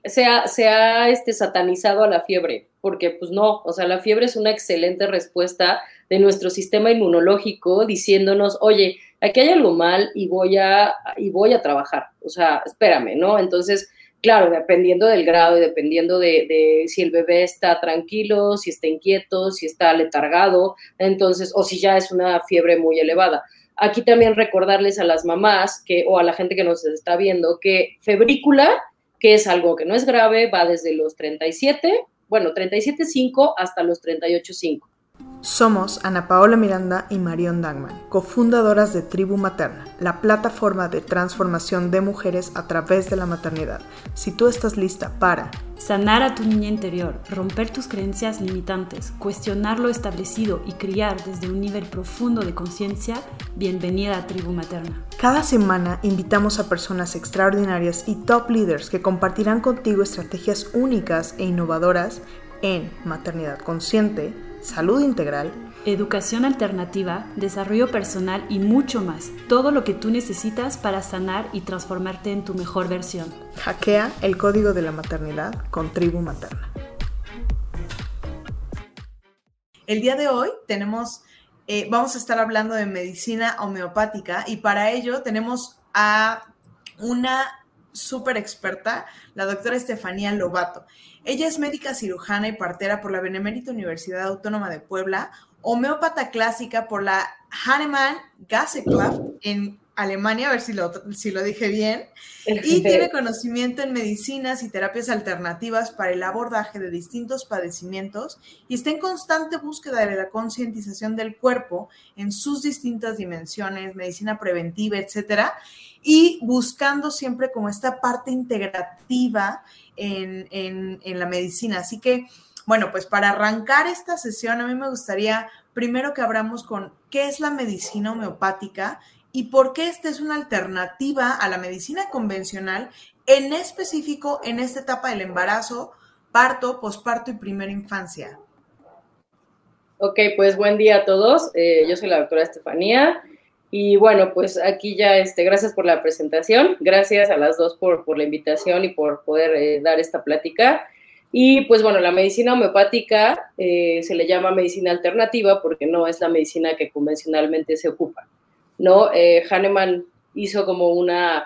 se ha satanizado a la fiebre, porque pues no, o sea, la fiebre es una excelente respuesta de nuestro sistema inmunológico diciéndonos, oye, aquí hay algo mal y voy a trabajar, o sea, espérame, ¿no? Entonces, claro, dependiendo del grado y dependiendo de si el bebé está tranquilo, si está inquieto, si está letargado, entonces, o si ya es una fiebre muy elevada. Aquí también recordarles a las mamás o a la gente que nos está viendo que febrícula, que es algo que no es grave, va desde los 37, bueno, 37,5 hasta los 38,5. Somos Ana Paola Miranda y Marion Dangman, cofundadoras de Tribu Materna, la plataforma de transformación de mujeres a través de la maternidad. Si tú estás lista para sanar a tu niña interior, romper tus creencias limitantes, cuestionar lo establecido y criar desde un nivel profundo de conciencia, bienvenida a Tribu Materna. Cada semana invitamos a personas extraordinarias y top leaders que compartirán contigo estrategias únicas e innovadoras en maternidad consciente, salud integral, educación alternativa, desarrollo personal y mucho más. Todo lo que tú necesitas para sanar y transformarte en tu mejor versión. Hackea el código de la maternidad con Tribu Materna. El día de hoy vamos a estar hablando de medicina homeopática y para ello tenemos a una súper experta, la doctora Estefanía Lobato. Ella es médica cirujana y partera por la Benemérita Universidad Autónoma de Puebla, homeópata clásica por la Hahnemann Gesellschaft en Alemania, a ver si lo dije bien, y tiene conocimiento en medicinas y terapias alternativas para el abordaje de distintos padecimientos y está en constante búsqueda de la concientización del cuerpo en sus distintas dimensiones, medicina preventiva, etcétera, y buscando siempre como esta parte integrativa en la medicina. Así que, bueno, pues para arrancar esta sesión, a mí me gustaría primero que abramos con qué es la medicina homeopática y por qué esta es una alternativa a la medicina convencional, en específico en esta etapa del embarazo, parto, posparto y primera infancia. Ok, pues buen día a todos. Yo soy la doctora Estefanía. Y bueno, pues aquí ya, gracias por la presentación, gracias a las dos por la invitación y por poder dar esta plática. Y pues bueno, la medicina homeopática se le llama medicina alternativa porque no es la medicina que convencionalmente se ocupa, ¿no? Hahnemann hizo como una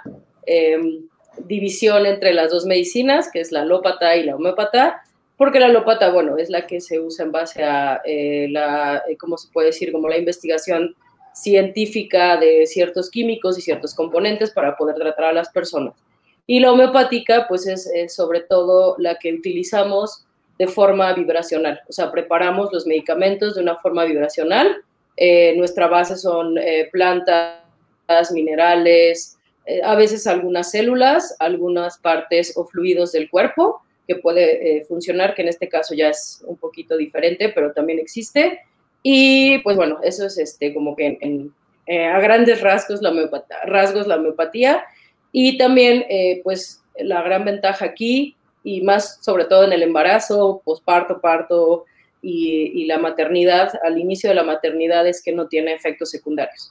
división entre las dos medicinas, que es la alópata y la homeópata, porque la alópata, bueno, es la que se usa en base a ¿cómo se puede decir? Como la investigación científica de ciertos químicos y ciertos componentes para poder tratar a las personas. Y la homeopática, pues es sobre todo la que utilizamos de forma vibracional, o sea, preparamos los medicamentos de una forma vibracional. Nuestra base son plantas, minerales, a veces algunas células, algunas partes o fluidos del cuerpo que puede funcionar, que en este caso ya es un poquito diferente, pero también existe. Y pues bueno, eso es como que a grandes rasgos la homeopatía. Y también pues la gran ventaja aquí, y más sobre todo en el embarazo, posparto, parto y la maternidad, al inicio de la maternidad, es que no tiene efectos secundarios.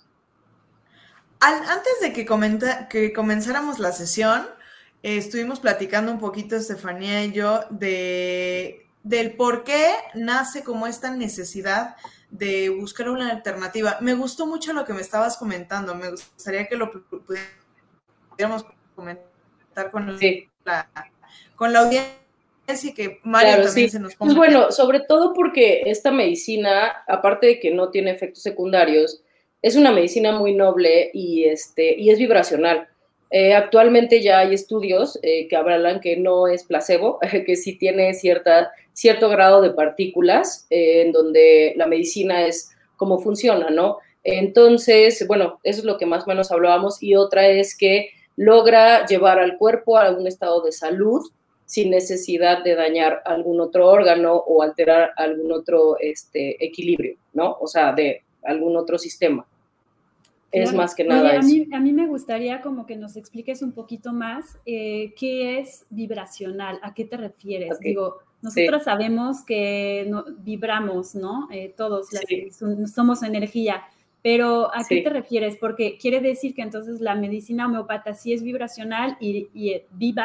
Antes de que comenzáramos la sesión, estuvimos platicando un poquito, Estefanía y yo, del por qué nace como esta necesidad de buscar una alternativa. Me gustó mucho lo que me estabas comentando. Me gustaría que lo pudiéramos comentar con, sí, con la audiencia y que Mario claro, también sí. se nos ponga. Pues bueno, sobre todo porque esta medicina, aparte de que no tiene efectos secundarios, es una medicina muy noble y es vibracional. Actualmente ya hay estudios que hablan que no es placebo, que sí tiene cierto grado de partículas en donde la medicina es como funciona, ¿no? Entonces, bueno, eso es lo que más o menos hablábamos. Y otra es que logra llevar al cuerpo a un estado de salud sin necesidad de dañar algún otro órgano o alterar algún otro equilibrio, ¿no? O sea, de algún otro sistema. Claro. Es más que nada. Oye, a mí me gustaría como que nos expliques un poquito más qué es vibracional, a qué te refieres. Okay. Digo, nosotros sabemos que vibramos, ¿no? Todos somos energía, pero ¿a qué te refieres? Porque quiere decir que entonces la medicina homeopata sí es vibracional y viva,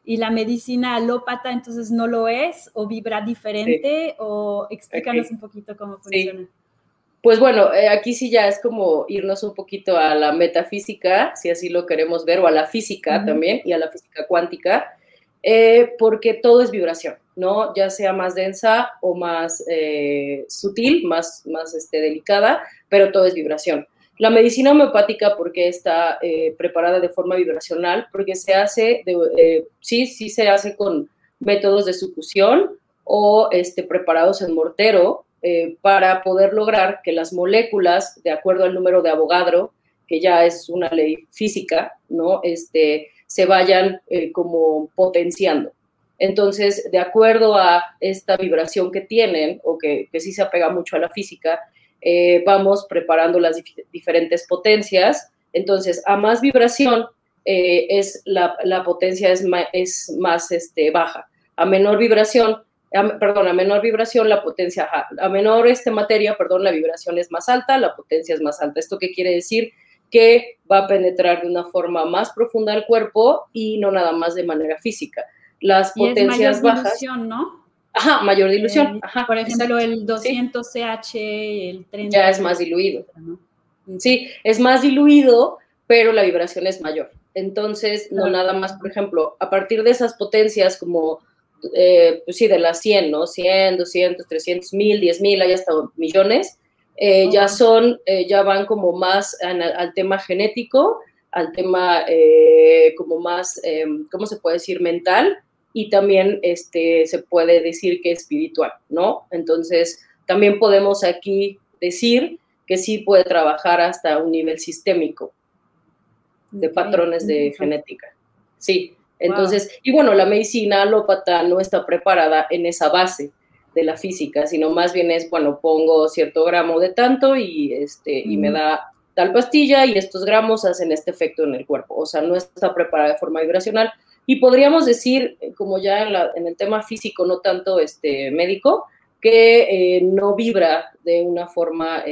y la medicina alópata entonces no lo es, o vibra diferente, o explícanos un poquito cómo funciona. Sí. Pues bueno, aquí sí ya es como irnos un poquito a la metafísica, si así lo queremos ver, o a la física también, y a la física cuántica, porque todo es vibración, ¿no? Ya sea más densa o más sutil, más delicada, pero todo es vibración. La medicina homeopática, porque está preparada de forma vibracional, porque se hace, sí se hace con métodos de succión o preparados en mortero, para poder lograr que las moléculas, de acuerdo al número de Avogadro, que ya es una ley física, ¿no? Se vayan como potenciando. Entonces, de acuerdo a esta vibración que tienen, o que sí se apega mucho a la física, vamos preparando las diferentes potencias. Entonces, a más vibración, la potencia es más baja. A menor vibración, a menor vibración, la potencia, a menor materia, la vibración es más alta, la potencia es más alta. ¿Esto qué quiere decir? Que va a penetrar de una forma más profunda al cuerpo y no nada más de manera física. Las potencias bajas... dilución, ¿no? Ajá, mayor dilución. Por ejemplo, el 200CH, el 30... Ya es más diluido. ¿No? Sí, es más diluido, pero la vibración es mayor. Entonces, no nada más, por ejemplo, a partir de esas potencias como... pues sí, de las 100, ¿no? 100, 200, 300, 1000, 10,000, hay hasta millones, ya van como más al tema genético, al tema como más, ¿cómo se puede decir? Mental, y también se puede decir que espiritual, ¿no? Entonces, también podemos aquí decir que sí puede trabajar hasta un nivel sistémico de patrones de genética. Sí. Entonces, y bueno, la medicina alópata no está preparada en esa base de la física, sino más bien es, bueno, pongo cierto gramo de tanto y me da tal pastilla y estos gramos hacen este efecto en el cuerpo. O sea, no está preparada de forma vibracional. Y podríamos decir, como ya en el tema físico, no tanto médico, que no vibra de una forma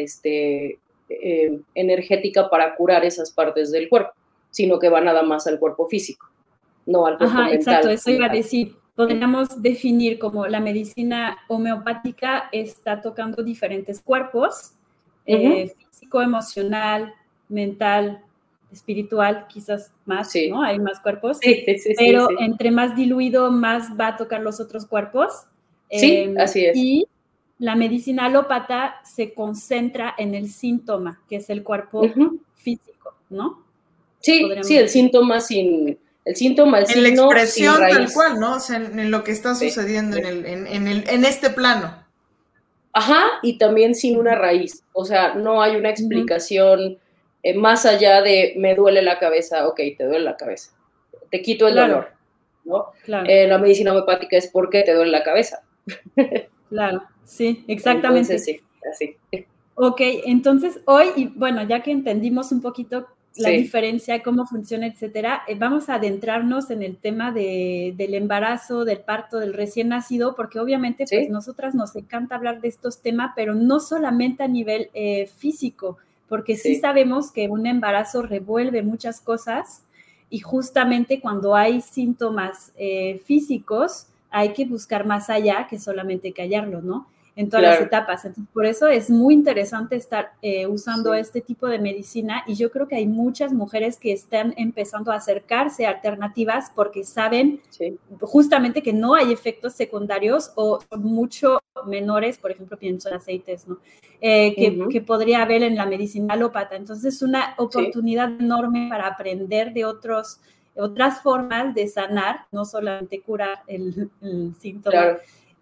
energética para curar esas partes del cuerpo, sino que va nada más al cuerpo físico. No al cuerpo mental. Exacto, eso iba a decir. Podríamos definir como la medicina homeopática está tocando diferentes cuerpos, físico, emocional, mental, espiritual, quizás más, ¿no? Hay más cuerpos, pero entre más diluido, más va a tocar los otros cuerpos. Sí, así es. Y la medicina alópata se concentra en el síntoma, que es el cuerpo físico, ¿no? Sí, el síntoma sin... El síntoma, el signo, en la expresión tal cual, ¿no? O sea, en lo que está sucediendo en este plano. Ajá, y también sin una raíz. O sea, no hay una explicación más allá de me duele la cabeza, ok, te duele la cabeza. Te quito el dolor, ¿no? Claro. La medicina homeopática es por qué te duele la cabeza. Claro, sí, exactamente. Entonces, sí, así. Ok, entonces hoy, y bueno, ya que entendimos un poquito la diferencia, cómo funciona, etcétera, vamos a adentrarnos en el tema del embarazo, del parto, del recién nacido, porque obviamente pues nosotras nos encanta hablar de estos temas, pero no solamente a nivel físico, porque sí sabemos que un embarazo revuelve muchas cosas y justamente cuando hay síntomas físicos hay que buscar más allá que solamente callarlo, ¿no? En todas las etapas. Entonces, por eso es muy interesante estar usando este tipo de medicina y yo creo que hay muchas mujeres que están empezando a acercarse a alternativas porque saben justamente que no hay efectos secundarios o son mucho menores, por ejemplo, pienso en aceites, ¿no? Que podría haber en la medicina alópata. Entonces, es una oportunidad enorme para aprender de otras formas de sanar, no solamente curar el síntoma. Claro.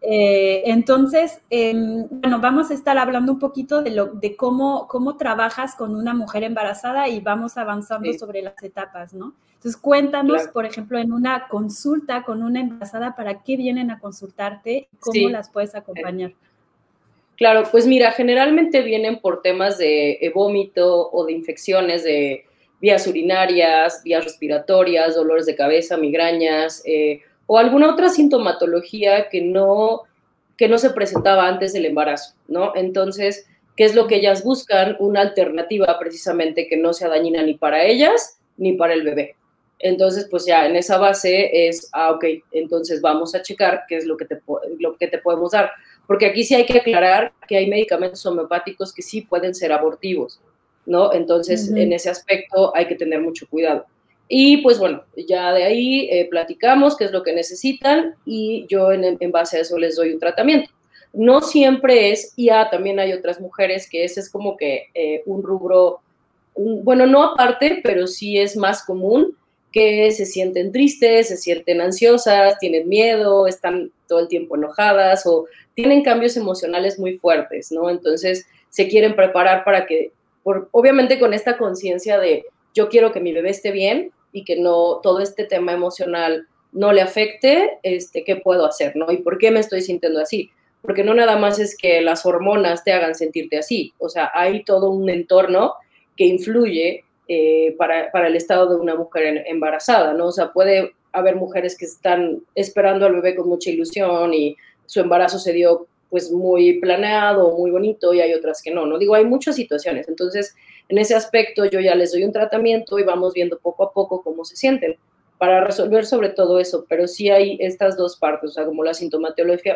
Entonces, bueno, vamos a estar hablando un poquito de cómo trabajas con una mujer embarazada y vamos avanzando sobre las etapas, ¿no? Entonces, cuéntanos, por ejemplo, en una consulta con una embarazada, ¿para qué vienen a consultarte y cómo las puedes acompañar? Claro, pues mira, generalmente vienen por temas de vómito o de infecciones de vías urinarias, vías respiratorias, dolores de cabeza, migrañas, o alguna otra sintomatología que no se presentaba antes del embarazo, ¿no? Entonces, ¿qué es lo que ellas buscan? Una alternativa precisamente que no sea dañina ni para ellas ni para el bebé, Entonces, pues ya en esa base es, ok, entonces vamos a checar qué es lo que te podemos dar. Porque aquí sí hay que aclarar que hay medicamentos homeopáticos que sí pueden ser abortivos, ¿no? Entonces, en ese aspecto hay que tener mucho cuidado. Y pues bueno, ya de ahí platicamos qué es lo que necesitan y yo en base a eso les doy un tratamiento. No siempre es, y también hay otras mujeres que ese es como que un rubro, bueno, no aparte, pero sí es más común, que se sienten tristes, se sienten ansiosas, tienen miedo, están todo el tiempo enojadas o tienen cambios emocionales muy fuertes, ¿no? Entonces se quieren preparar para que, obviamente con esta conciencia de yo quiero que mi bebé esté bien y que no todo este tema emocional no le afecte, ¿qué puedo hacer, no? ¿Y por qué me estoy sintiendo así? Porque no nada más es que las hormonas te hagan sentirte así, o sea, hay todo un entorno que influye para el estado de una mujer embarazada, ¿no? O sea, puede haber mujeres que están esperando al bebé con mucha ilusión y su embarazo se dio pues muy planeado, muy bonito, y hay otras que no, ¿no? Digo, hay muchas situaciones. Entonces, en ese aspecto yo ya les doy un tratamiento y vamos viendo poco a poco cómo se sienten para resolver sobre todo eso, pero sí hay estas dos partes, o sea, como la sintomatología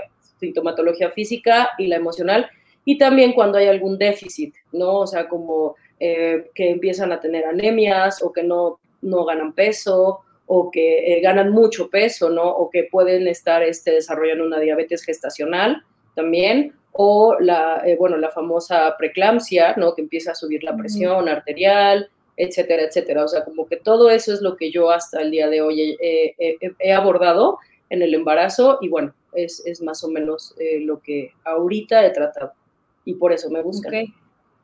física y la emocional, y también cuando hay algún déficit, ¿no? O sea, como que empiezan a tener anemias o que no ganan peso o que ganan mucho peso, ¿no? O que pueden estar desarrollando una diabetes gestacional también, o la famosa preeclampsia, ¿no? Que empieza a subir la presión arterial, etcétera, etcétera. O sea, como que todo eso es lo que yo hasta el día de hoy he abordado en el embarazo y bueno, es más o menos lo que ahorita he tratado y por eso me buscan. Okay.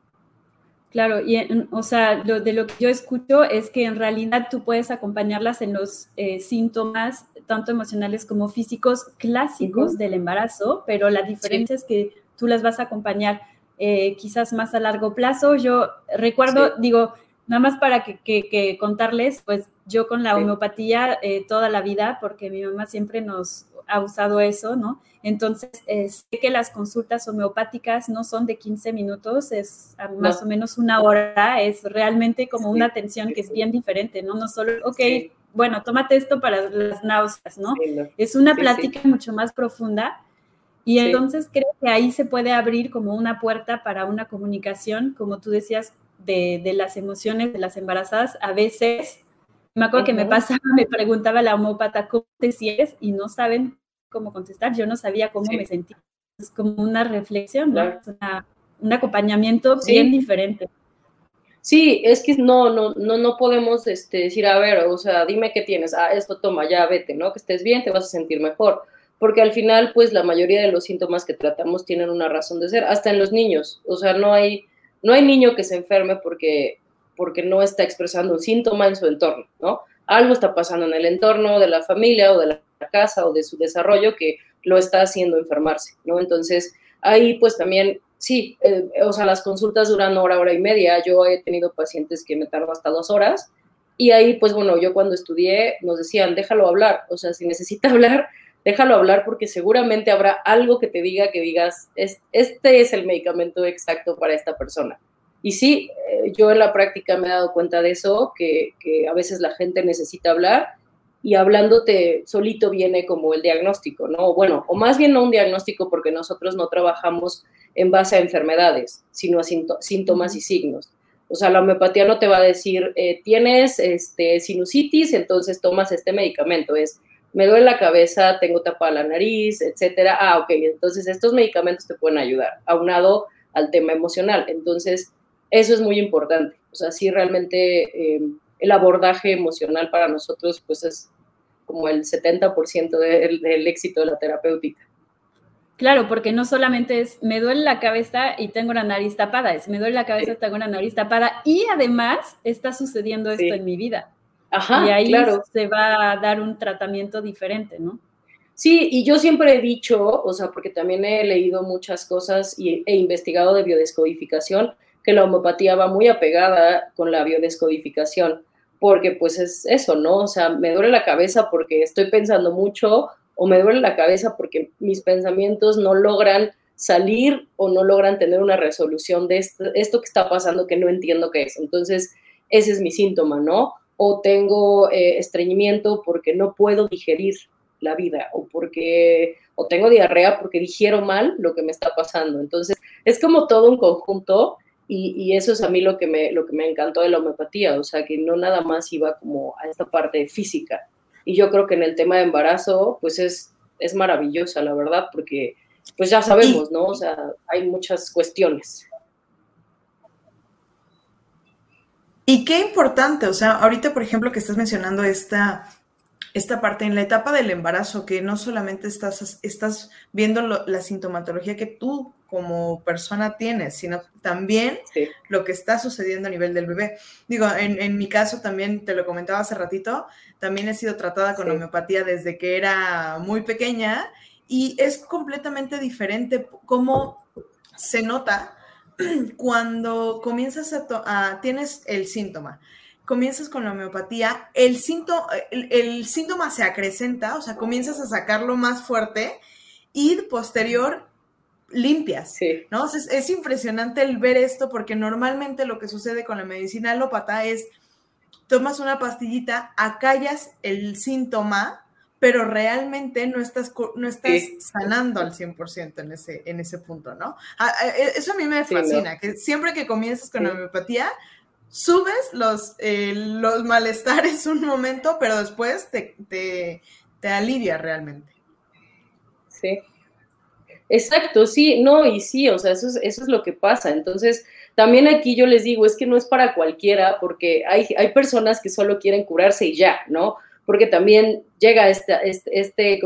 Claro, y o sea, de lo que yo escucho es que en realidad tú puedes acompañarlas en los síntomas, tanto emocionales como físicos, clásicos del embarazo, pero la diferencia es que tú las vas a acompañar quizás más a largo plazo. Yo recuerdo, digo, nada más para que contarles, pues yo con la homeopatía toda la vida, porque mi mamá siempre nos ha usado eso, ¿no? Entonces, sé que las consultas homeopáticas no son de 15 minutos, es más o menos una hora, es realmente como una atención que es bien diferente, ¿no? No solo, bueno, tómate esto para las náuseas, ¿no? Es una plática mucho más profunda y entonces creo que ahí se puede abrir como una puerta para una comunicación, como tú decías, de las emociones de las embarazadas. A veces, me acuerdo que me preguntaba la homópata, ¿cómo te sientes? Y no saben cómo contestar, yo no sabía cómo me sentía. Es como una reflexión, ¿no? Es un acompañamiento bien diferente. Sí, es que no podemos decir, a ver, o sea, dime qué tienes, esto toma, ya vete, ¿no? Que estés bien, te vas a sentir mejor. Porque al final, pues, la mayoría de los síntomas que tratamos tienen una razón de ser, hasta en los niños. O sea, no hay niño que se enferme porque no está expresando un síntoma en su entorno, ¿no? Algo está pasando en el entorno de la familia o de la casa o de su desarrollo que lo está haciendo enfermarse, ¿no? Entonces, ahí pues también, sí, o sea, las consultas duran hora y media. Yo he tenido pacientes que me tardo hasta 2 horas y ahí, pues bueno, yo cuando estudié nos decían, déjalo hablar, o sea, si necesita hablar, déjalo hablar porque seguramente habrá algo que te diga, que digas, este es el medicamento exacto para esta persona. Y sí, yo en la práctica me he dado cuenta de eso, que a veces la gente necesita hablar y hablándote solito viene como el diagnóstico, ¿no? Bueno, o más bien no un diagnóstico porque nosotros no trabajamos en base a enfermedades, sino a síntomas y signos. O sea, la homeopatía no te va a decir, tienes sinusitis, entonces tomas este medicamento, me duele la cabeza, tengo tapada la nariz, etcétera. Ok, entonces estos medicamentos te pueden ayudar, aunado al tema emocional. Entonces, eso es muy importante. O sea, sí, realmente el abordaje emocional para nosotros, pues es como el 70% del éxito de la terapéutica. Claro, porque no solamente es me duele la cabeza y tengo una nariz tapada, es me duele la cabeza y tengo una nariz tapada y además está sucediendo esto en mi vida. Ajá, y ahí claro. se va a dar un tratamiento diferente, ¿no? Sí, y yo siempre he dicho, o sea, porque también he leído muchas cosas y he investigado de biodescodificación, que la homeopatía va muy apegada con la biodescodificación, porque pues es eso, ¿no? O sea, me duele la cabeza porque estoy pensando mucho o me duele la cabeza porque mis pensamientos no logran salir o no logran tener una resolución de esto que está pasando que no entiendo qué es. Entonces, ese es mi síntoma, ¿no? o tengo estreñimiento porque no puedo digerir la vida, o tengo diarrea porque digiero mal lo que me está pasando. Entonces, es como todo un conjunto, y eso es a mí lo que me encantó de la homeopatía, o sea, que no nada más iba como a esta parte física. Y yo creo que en el tema de embarazo, pues es maravillosa, la verdad, porque pues ya sabemos, ¿no? O sea, hay muchas cuestiones. Y qué importante, o sea, ahorita, por ejemplo, que estás mencionando esta parte en la etapa del embarazo, que no solamente estás viendo la sintomatología que tú como persona tienes, sino también lo que está sucediendo a nivel del bebé. Digo, en mi caso también, te lo comentaba hace ratito, también he sido tratada con homeopatía desde que era muy pequeña, y es completamente diferente cómo se nota cuando comienzas tienes el síntoma, comienzas con la homeopatía, el síntoma se acrecenta, o sea, comienzas a sacarlo más fuerte y posterior limpias, ¿no? O sea, es impresionante el ver esto, porque normalmente lo que sucede con la medicina alópata es, tomas una pastillita, acallas el síntoma, pero realmente no estás sanando al 100% en ese punto, ¿no? Eso a mí me fascina, que siempre que comienzas con la homeopatía, subes los malestares un momento, pero después te alivia realmente. Sí. Exacto, sí, no, y sí, o sea, eso es lo que pasa. Entonces, también aquí yo les digo, es que no es para cualquiera, porque hay personas que solo quieren curarse y ya, ¿no? Porque también llega este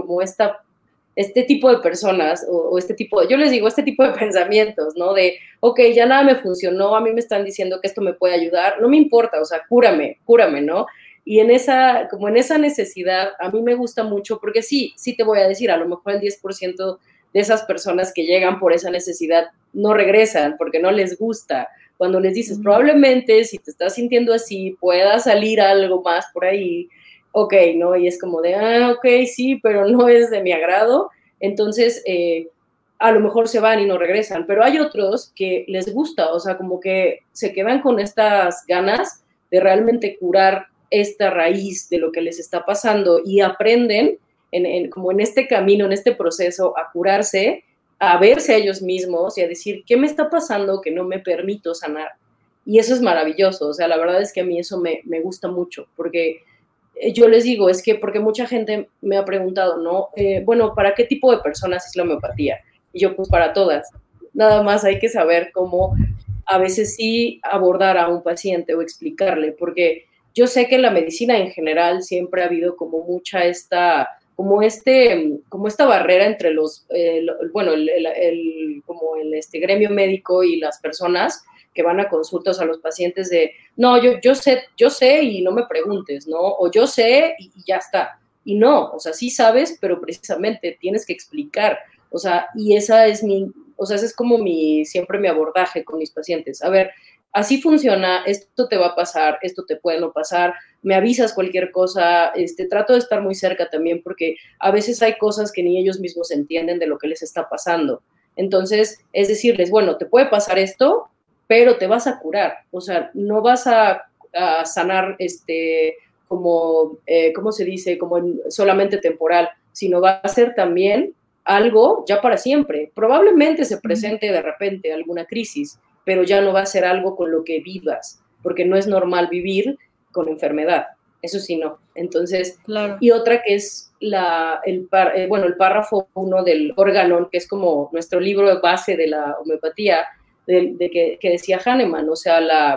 tipo de personas, o este tipo de, yo les digo, este tipo de pensamientos, ¿no? De, ok, ya nada me funcionó, a mí me están diciendo que esto me puede ayudar, no me importa, o sea, cúrame, ¿no? Y en esa necesidad, a mí me gusta mucho, porque sí te voy a decir, a lo mejor el 10% de esas personas que llegan por esa necesidad no regresan porque no les gusta. Cuando les dices, probablemente si te estás sintiendo así, pueda salir algo más por ahí, ok, ¿no? Y es como de, ok, sí, pero no es de mi agrado. Entonces, a lo mejor se van y no regresan, pero hay otros que les gusta, o sea, como que se quedan con estas ganas de realmente curar esta raíz de lo que les está pasando, y aprenden como en este camino, en este proceso, a curarse, a verse a ellos mismos y a decir, ¿qué me está pasando que no me permito sanar? Y eso es maravilloso, o sea, la verdad es que a mí eso me gusta mucho, porque yo les digo, es que porque mucha gente me ha preguntado, ¿no? Bueno, ¿para qué tipo de personas es la homeopatía? Y yo, pues para todas. Nada más hay que saber cómo a veces sí abordar a un paciente o explicarle, porque yo sé que en la medicina en general siempre ha habido como mucha como esta barrera entre los, como el gremio médico y las personas que van a consultas a los pacientes de, no, yo sé y no me preguntes, ¿no? O yo sé y ya está. Y no, o sea, sí sabes, pero precisamente tienes que explicar. O sea, y ese es como siempre mi abordaje con mis pacientes. A ver, así funciona, esto te va a pasar, esto te puede no pasar, me avisas cualquier cosa, trato de estar muy cerca también, porque a veces hay cosas que ni ellos mismos entienden de lo que les está pasando. Entonces, es decirles, bueno, te puede pasar esto, pero te vas a curar, o sea, no vas a sanar como, ¿cómo se dice? Como solamente temporal, sino va a ser también algo ya para siempre. Probablemente se presente de repente alguna crisis, pero ya no va a ser algo con lo que vivas, porque no es normal vivir con enfermedad, eso sí no. Entonces, claro. Y otra que es el párrafo 1 del Organon, que es como nuestro libro de base de la homeopatía, que decía Hahnemann, o sea,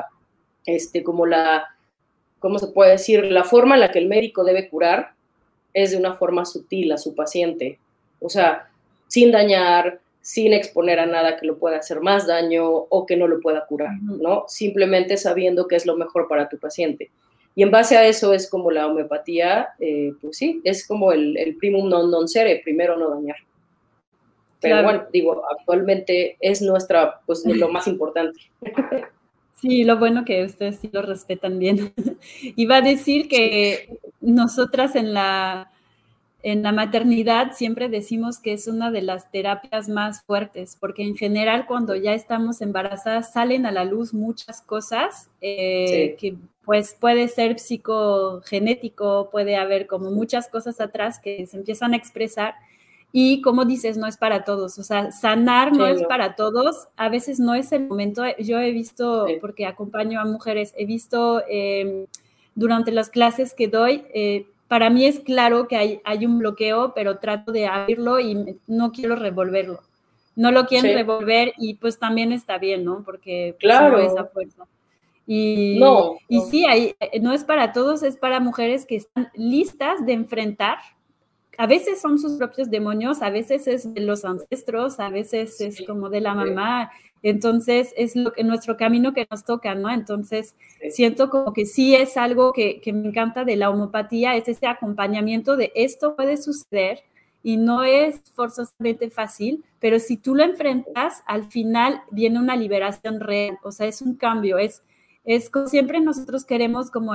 ¿cómo se puede decir? La forma en la que el médico debe curar es de una forma sutil a su paciente, o sea, sin dañar, sin exponer a nada que lo pueda hacer más daño o que no lo pueda curar, ¿no? Simplemente sabiendo qué es lo mejor para tu paciente. Y en base a eso es como la homeopatía, pues sí, es como el primum non nocere, primero no dañar. Pero claro. Bueno, digo, actualmente es pues lo más importante. Sí, lo bueno que ustedes sí lo respetan bien. Iba a decir que nosotras en la maternidad siempre decimos que es una de las terapias más fuertes, porque en general cuando ya estamos embarazadas salen a la luz muchas cosas que pues puede ser psicogenético, puede haber como muchas cosas atrás que se empiezan a expresar y como dices, no es para todos, o sea, sanar no es para todos, a veces no es el momento. Yo he visto, porque acompaño a mujeres, he visto durante las clases que doy, para mí es claro que hay un bloqueo, pero trato de abrirlo y no quiero revolverlo. No lo quieren revolver y pues también está bien, ¿no? Porque pues, no es a fuerza. Y sí, no es para todos, es para mujeres que están listas de enfrentar. A veces son sus propios demonios, a veces es de los ancestros, a veces es como de la mamá. Entonces, es nuestro camino que nos toca, ¿no? Entonces, siento como que sí es algo que me encanta de la homeopatía, es ese acompañamiento de esto puede suceder y no es forzosamente fácil, pero si tú lo enfrentas, al final viene una liberación real, o sea, es un cambio, es como siempre nosotros queremos como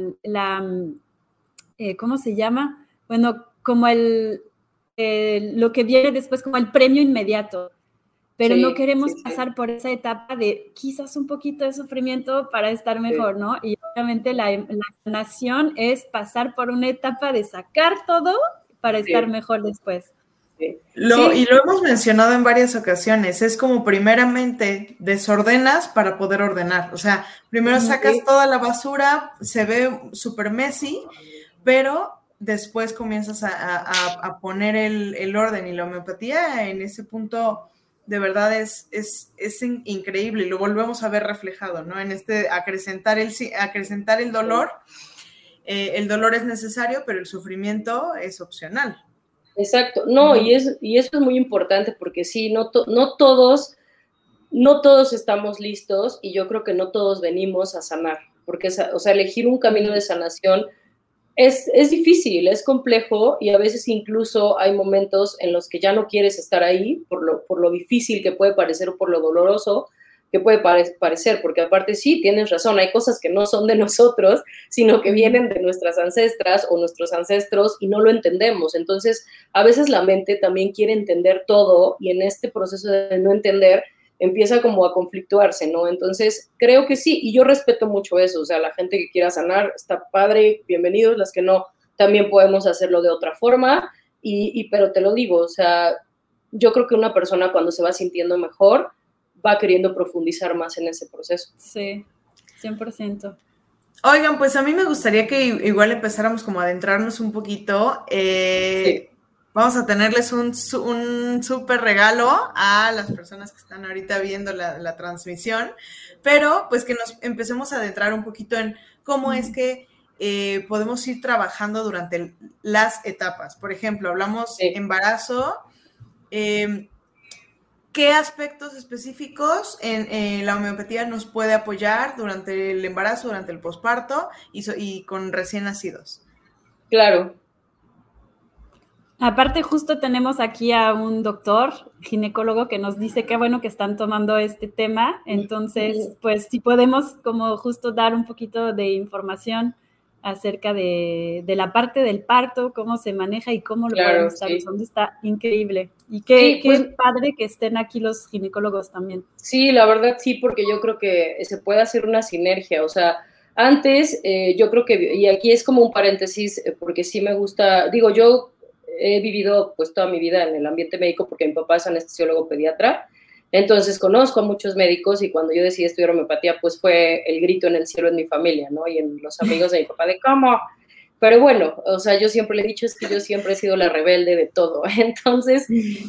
¿cómo se llama? Bueno, como lo que viene después, como el premio inmediato. Pero no queremos pasar por esa etapa de quizás un poquito de sufrimiento para estar mejor, ¿no? Y obviamente la sanación es pasar por una etapa de sacar todo para estar mejor después. Y lo hemos mencionado en varias ocasiones, es como primeramente desordenas para poder ordenar, o sea, primero sacas toda la basura, se ve súper messy, pero después comienzas a poner el orden, y la homeopatía en ese punto de verdad es increíble, y lo volvemos a ver reflejado, ¿no? En acrecentar el dolor. El dolor es necesario, pero el sufrimiento es opcional. Exacto, no, y eso es muy importante, porque sí, no todos estamos listos, y yo creo que no todos venimos a sanar, porque, o sea, elegir un camino de sanación es difícil, es complejo, y a veces incluso hay momentos en los que ya no quieres estar ahí por lo difícil que puede parecer o por lo doloroso que puede parecer, porque aparte sí, tienes razón, hay cosas que no son de nosotros, sino que vienen de nuestras ancestras o nuestros ancestros y no lo entendemos. Entonces, a veces la mente también quiere entender todo, y en este proceso de no entender empieza como a conflictuarse, ¿no? Entonces, creo que sí, y yo respeto mucho eso, o sea, la gente que quiera sanar, está padre, bienvenidos, las que no, también podemos hacerlo de otra forma, pero te lo digo, o sea, yo creo que una persona cuando se va sintiendo mejor, va queriendo profundizar más en ese proceso. Sí, 100%. Oigan, pues a mí me gustaría que igual empezáramos como a adentrarnos un poquito. Vamos a tenerles un súper regalo a las personas que están ahorita viendo la transmisión, pero pues que nos empecemos a adentrar un poquito en cómo es que podemos ir trabajando durante las etapas. Por ejemplo, hablamos embarazo. ¿Qué aspectos específicos en la homeopatía nos puede apoyar durante el embarazo, durante el posparto y con recién nacidos? Claro. Aparte, justo tenemos aquí a un doctor ginecólogo que nos dice qué bueno que están tomando este tema. Entonces, pues si podemos como justo dar un poquito de información acerca de la parte del parto, cómo se maneja y cómo lo podemos estar usando. Está increíble. Y qué padre que estén aquí los ginecólogos también. Sí, la verdad sí, porque yo creo que se puede hacer una sinergia. O sea, antes yo creo que, y aquí es como un paréntesis, porque sí me gusta, digo, yo he vivido pues toda mi vida en el ambiente médico porque mi papá es anestesiólogo pediatra. Entonces conozco a muchos médicos, y cuando yo decidí estudiar homeopatía, pues fue el grito en el cielo en mi familia, ¿no? Y en los amigos de mi papá de ¿cómo? Pero bueno, o sea, yo siempre le he dicho, es que yo siempre he sido la rebelde de todo. Entonces,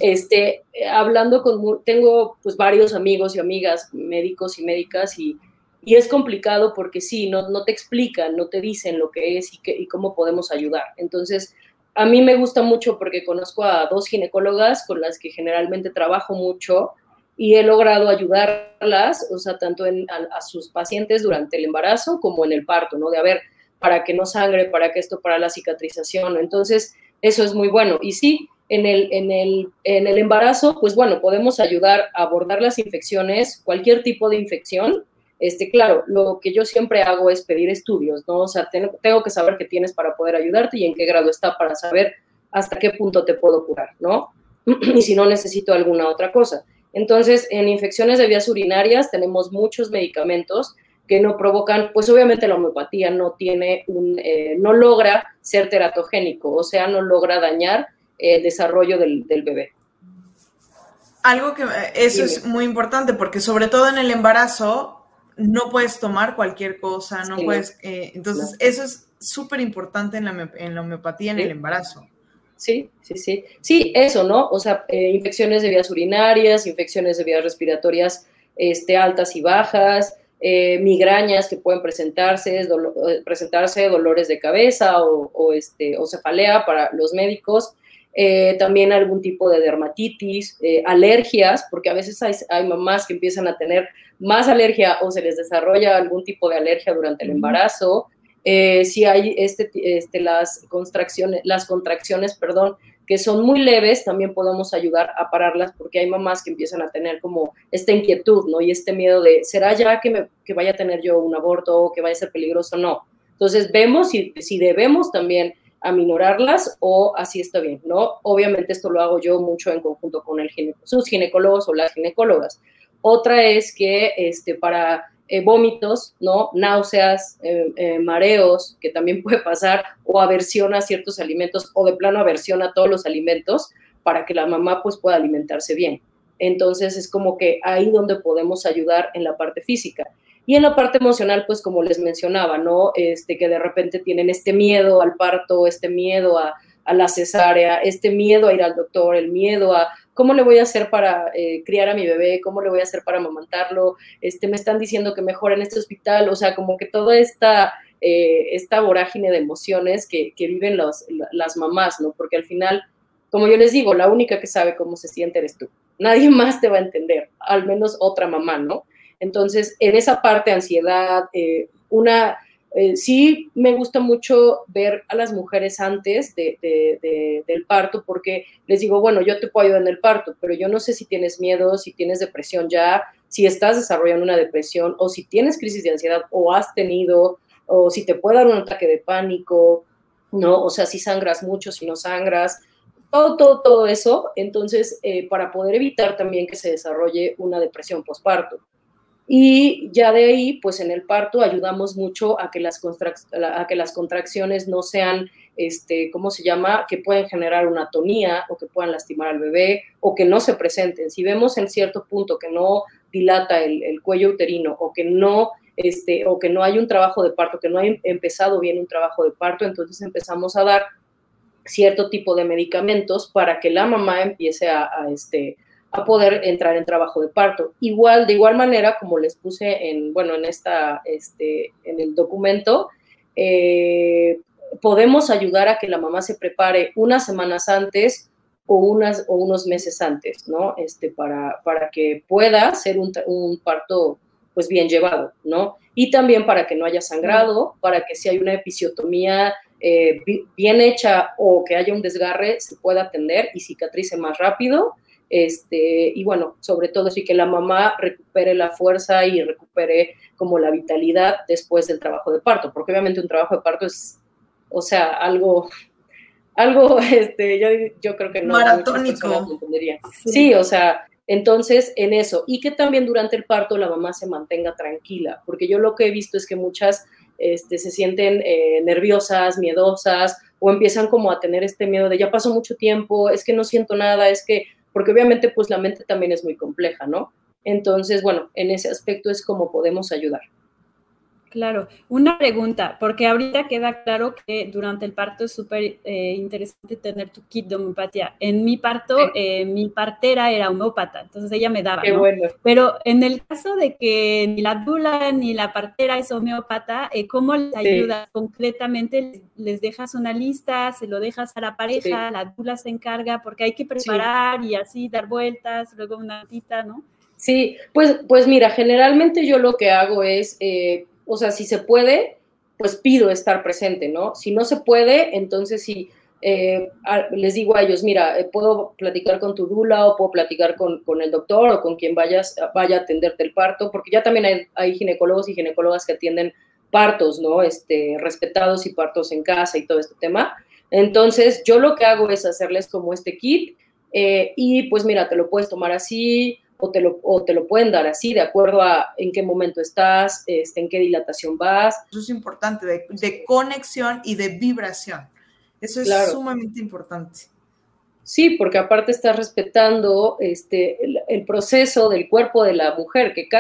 tengo pues varios amigos y amigas, médicos y médicas, y es complicado porque sí, no te explican, no te dicen lo que es y cómo podemos ayudar. Entonces, a mí me gusta mucho porque conozco a 2 ginecólogas con las que generalmente trabajo mucho, y he logrado ayudarlas, o sea, tanto a sus pacientes durante el embarazo como en el parto, ¿no? De a ver, para que no sangre, para que esto, para la cicatrización. Entonces, eso es muy bueno. Y sí, en el embarazo, pues bueno, podemos ayudar a abordar las infecciones, cualquier tipo de infección. Claro, lo que yo siempre hago es pedir estudios, ¿no? O sea, tengo que saber qué tienes para poder ayudarte y en qué grado está, para saber hasta qué punto te puedo curar, ¿no? Y si no necesito alguna otra cosa. Entonces, en infecciones de vías urinarias tenemos muchos medicamentos que no provocan, pues obviamente la homeopatía no tiene no logra ser teratogénico, o sea, no logra dañar el desarrollo del bebé. Algo que eso es muy importante porque sobre todo en el embarazo no puedes tomar cualquier cosa, no puedes, entonces eso es súper importante en la homeopatía en el embarazo. Sí, eso, ¿no? O sea, infecciones de vías urinarias, infecciones de vías respiratorias altas y bajas, migrañas que pueden presentarse, dolores de cabeza o cefalea para los médicos, también algún tipo de dermatitis, alergias, porque a veces hay mamás que empiezan a tener más alergia o se les desarrolla algún tipo de alergia durante el embarazo. Si hay las contracciones, que son muy leves, también podemos ayudar a pararlas porque hay mamás que empiezan a tener como esta inquietud, ¿no? Y este miedo de, ¿será ya que vaya a tener yo un aborto o que vaya a ser peligroso? No. Entonces vemos si debemos también aminorarlas o así está bien, ¿no? Obviamente esto lo hago yo mucho en conjunto con sus ginecólogos o las ginecólogas. Otra es que para vómitos, ¿no? Náuseas, mareos, que también puede pasar, o aversión a ciertos alimentos, o de plano aversión a todos los alimentos, para que la mamá pues pueda alimentarse bien. Entonces es como que ahí donde podemos ayudar en la parte física. Y en la parte emocional, pues como les mencionaba, ¿no? Que de repente tienen este miedo al parto, este miedo a la cesárea, este miedo a ir al doctor, el miedo a cómo le voy a hacer para criar a mi bebé, cómo le voy a hacer para amamantarlo, me están diciendo que mejor en este hospital, o sea, como que toda esta vorágine de emociones que viven las mamás, ¿no? Porque al final, como yo les digo, la única que sabe cómo se siente eres tú. Nadie más te va a entender, al menos otra mamá, ¿no? Entonces, en esa parte, ansiedad, sí me gusta mucho ver a las mujeres antes del parto, porque les digo, bueno, yo te puedo ayudar en el parto, pero yo no sé si tienes miedo, si tienes depresión ya, si estás desarrollando una depresión, o si tienes crisis de ansiedad, o has tenido, o si te puede dar un ataque de pánico, ¿no? O sea, si sangras mucho, si no sangras, todo eso. Entonces, para poder evitar también que se desarrolle una depresión postparto. Y ya de ahí, pues en el parto ayudamos mucho a que las contracciones no sean, ¿cómo se llama? Que pueden generar una atonía o que puedan lastimar al bebé o que no se presenten. Si vemos en cierto punto que no dilata el cuello uterino o que no hay un trabajo de parto, que no ha empezado bien un trabajo de parto, entonces empezamos a dar cierto tipo de medicamentos para que la mamá empiece a poder entrar en trabajo de parto. De igual manera, como les puse en el documento, podemos ayudar a que la mamá se prepare unas semanas antes o unos meses antes, ¿no? Para que pueda ser un parto pues bien llevado, ¿no? Y también para que no haya sangrado, para que si hay una episiotomía bien hecha o que haya un desgarre, se pueda atender y cicatrice más rápido. Y bueno, sobre todo sí que la mamá recupere la fuerza y recupere como la vitalidad después del trabajo de parto, porque obviamente un trabajo de parto es, o sea, algo yo creo que no maratónico. Muchas personas lo entenderían. Sí, o sea, entonces en eso, y que también durante el parto la mamá se mantenga tranquila, porque yo lo que he visto es que muchas se sienten nerviosas, miedosas, o empiezan como a tener este miedo de ya pasó mucho tiempo, es que no siento nada, porque obviamente pues la mente también es muy compleja, ¿no? Entonces, bueno, en ese aspecto es como podemos ayudar. Claro, una pregunta, porque ahorita queda claro que durante el parto es súper interesante tener tu kit de homeopatía. En mi parto, mi partera era homeópata, entonces ella me daba, Qué ¿no? Bueno. Pero en el caso de que ni la dula ni la partera es homeópata, ¿cómo les ayudas concretamente? ¿Les dejas una lista, se lo dejas a la pareja, la dula se encarga? Porque hay que preparar y así dar vueltas, luego una tita, ¿no? Sí, pues mira, generalmente yo lo que hago es, o sea, si se puede, pues pido estar presente, ¿no? Si no se puede, entonces sí, les digo a ellos, mira, puedo platicar con tu dula o puedo platicar con el doctor o con quien vaya a atenderte el parto, porque ya también hay ginecólogos y ginecólogas que atienden partos, ¿no? Respetados y partos en casa y todo este tema. Entonces, yo lo que hago es hacerles como este kit y pues mira, te lo puedes tomar así o te lo pueden dar así, de acuerdo a en qué momento estás, en qué dilatación vas. Eso es importante, de conexión y de vibración. Eso es sumamente importante. Sí, porque aparte estás respetando el proceso del cuerpo de la mujer, que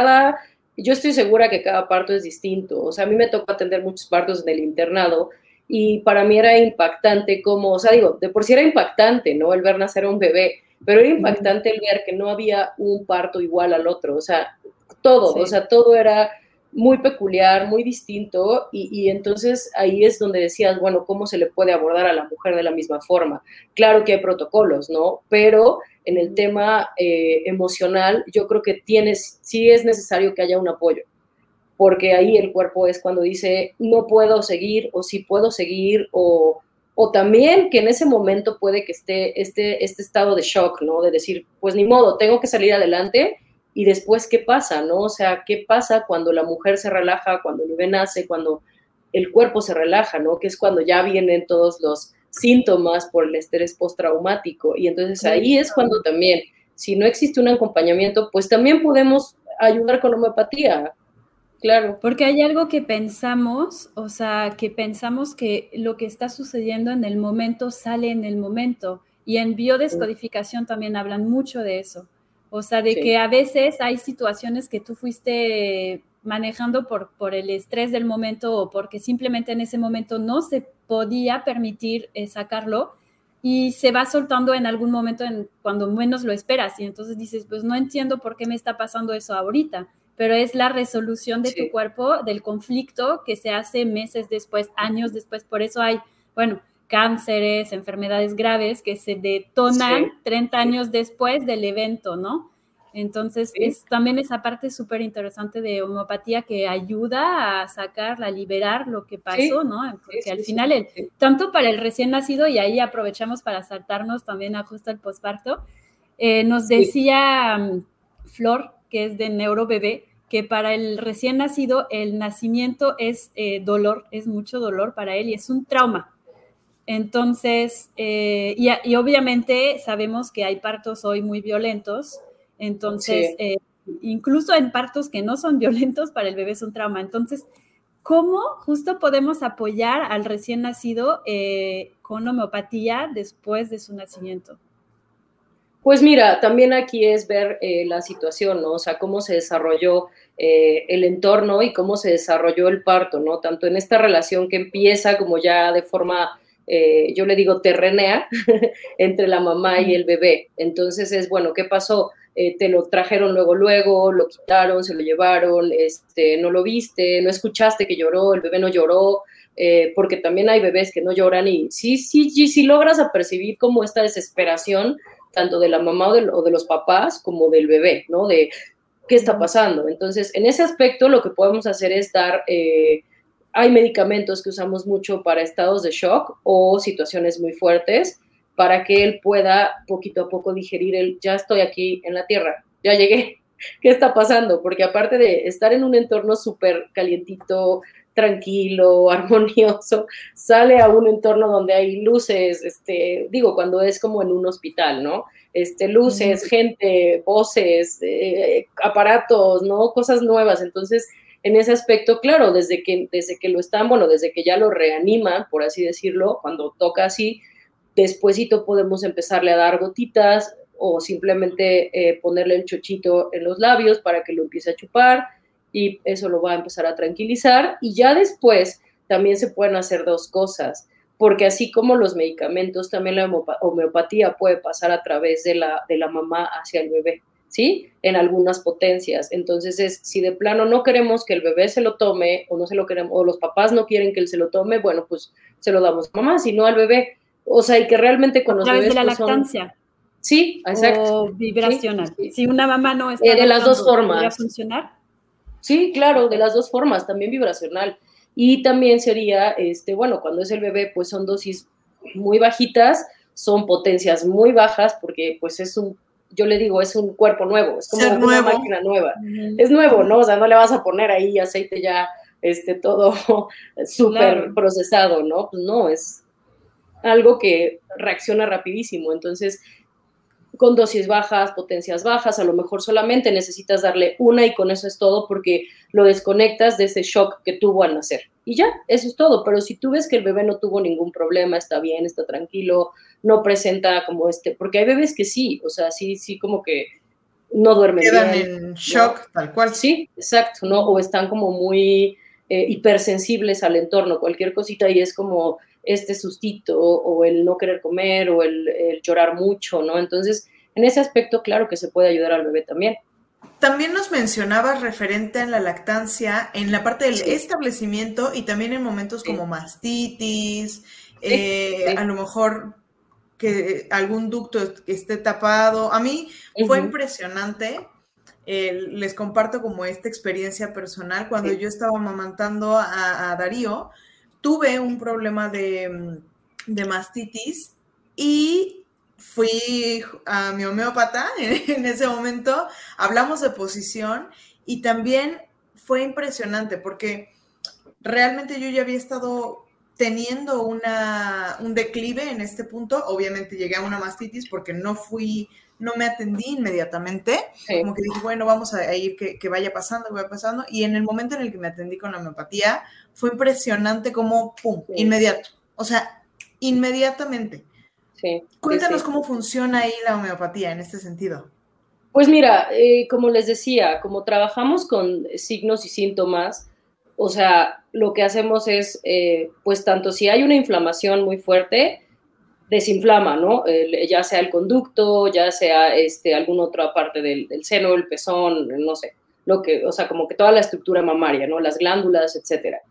yo estoy segura que cada parto es distinto. O sea, a mí me tocó atender muchos partos en el internado y para mí era impactante como, o sea, digo, de por sí era impactante, ¿no? El ver nacer a un bebé, pero era impactante el ver que no había un parto igual al otro, o sea, todo, sí. O sea, todo era muy peculiar, muy distinto, y entonces ahí es donde decías, bueno, ¿cómo se le puede abordar a la mujer de la misma forma? Claro que hay protocolos, ¿no? Pero en el tema emocional, yo creo que sí es necesario que haya un apoyo, porque ahí el cuerpo es cuando dice, no puedo seguir, o sí puedo seguir, o también que en ese momento puede que esté este estado de shock, ¿no? De decir, pues ni modo, tengo que salir adelante, y después, ¿qué pasa, no? O sea, ¿qué pasa cuando la mujer se relaja, cuando el bebé nace, cuando el cuerpo se relaja, ¿no? Que es cuando ya vienen todos los síntomas por el estrés postraumático. Y entonces ahí es cuando también, si no existe un acompañamiento, pues también podemos ayudar con homeopatía. Claro. Porque hay algo que pensamos, o sea, que pensamos que lo que está sucediendo en el momento sale en el momento. Y en biodescodificación también hablan mucho de eso. O sea, de que a veces hay situaciones que tú fuiste manejando por el estrés del momento o porque simplemente en ese momento no se podía permitir sacarlo y se va soltando en algún momento cuando menos lo esperas. Y entonces dices, pues no entiendo por qué me está pasando eso ahorita, pero es la resolución de tu cuerpo, del conflicto que se hace meses después, años después. Por eso hay, bueno, cánceres, enfermedades graves que se detonan 30 años después del evento, ¿no? Entonces, es también esa parte súper interesante de homeopatía que ayuda a sacar, a liberar lo que pasó, ¿no? Porque al final, tanto para el recién nacido, y ahí aprovechamos para saltarnos también a justo el posparto, nos decía Flor, que es de Neurobebé, que para el recién nacido el nacimiento es dolor, es mucho dolor para él y es un trauma. Entonces, y obviamente sabemos que hay partos hoy muy violentos, entonces, incluso en partos que no son violentos, para el bebé es un trauma. Entonces, ¿cómo justo podemos apoyar al recién nacido con homeopatía después de su nacimiento? Pues mira, también aquí es ver la situación, ¿no? O sea, cómo se desarrolló el entorno y cómo se desarrolló el parto, ¿no? Tanto en esta relación que empieza como ya de forma, yo le digo terrenea, entre la mamá y el bebé. Entonces es, bueno, ¿qué pasó? Te lo trajeron luego, lo quitaron, se lo llevaron, no lo viste, no escuchaste que lloró, el bebé no lloró, porque también hay bebés que no lloran y sí logras apercibir como esta desesperación, tanto de la mamá o de los papás como del bebé, ¿no? De qué está pasando. Entonces, en ese aspecto lo que podemos hacer es dar, hay medicamentos que usamos mucho para estados de shock o situaciones muy fuertes, para que él pueda poquito a poco digerir ya estoy aquí en la tierra, ya llegué, ¿qué está pasando? Porque aparte de estar en un entorno súper calientito, tranquilo, armonioso, sale a un entorno donde hay luces, cuando es como en un hospital, ¿no? Luces, gente, voces, aparatos, ¿no? Cosas nuevas. Entonces, en ese aspecto, claro, desde que desde que ya lo reaniman, por así decirlo, cuando toca así, despuésito podemos empezarle a dar gotitas o simplemente ponerle el chochito en los labios para que lo empiece a chupar, y eso lo va a empezar a tranquilizar. Y ya después también se pueden hacer dos cosas, porque así como los medicamentos, también la homeopatía puede pasar a través de la mamá hacia el bebé, ¿sí? En algunas potencias. Entonces, si de plano no queremos que el bebé se lo tome, o no se lo queremos, o los papás no quieren que él se lo tome, bueno, pues se lo damos a mamá, si no al bebé. O sea, y que realmente con los bebés... A través de la lactancia. Sí, exacto. O vibracional. Sí. Si una mamá no está de las dos formas. ¿Podría funcionar? Sí, claro, de las dos formas, también vibracional. Y también sería, cuando es el bebé, pues son dosis muy bajitas, son potencias muy bajas, porque pues yo le digo, es un cuerpo nuevo, es como una máquina nueva. Es nuevo, ¿no? O sea, no le vas a poner ahí aceite ya, todo súper procesado, ¿no? Pues no, es algo que reacciona rapidísimo. Entonces, con dosis bajas, potencias bajas, a lo mejor solamente necesitas darle una y con eso es todo porque lo desconectas de ese shock que tuvo al nacer. Y ya, eso es todo. Pero si tú ves que el bebé no tuvo ningún problema, está bien, está tranquilo, no presenta como porque hay bebés que sí, o sea, sí como que no duermen quedan bien. en shock, ¿no? Tal cual. Sí, exacto, ¿no? O están como muy hipersensibles al entorno, cualquier cosita y es como este sustito o el no querer comer o el llorar mucho, ¿no? Entonces, en ese aspecto, claro que se puede ayudar al bebé también. También nos mencionabas referente a la lactancia en la parte del establecimiento y también en momentos como mastitis, a lo mejor que algún ducto esté tapado. A mí fue impresionante. Les comparto como esta experiencia personal. Cuando yo estaba amamantando a Darío, tuve un problema de mastitis y fui a mi homeópata en ese momento, hablamos de posición y también fue impresionante porque realmente yo ya había estado teniendo un declive en este punto. Obviamente llegué a una mastitis porque no me atendí inmediatamente, como que dije, bueno, vamos a ir que vaya pasando, y en el momento en el que me atendí con la homeopatía, fue impresionante como, pum, inmediato, o sea, inmediatamente. Cuéntanos cómo funciona ahí la homeopatía en este sentido. Pues mira, como les decía, como trabajamos con signos y síntomas, o sea, lo que hacemos es, pues tanto si hay una inflamación muy fuerte, desinflama, ¿no? Ya sea el conducto, ya sea alguna otra parte del seno, el pezón, no sé, o sea, como que toda la estructura mamaria, ¿no? Las glándulas, etcétera.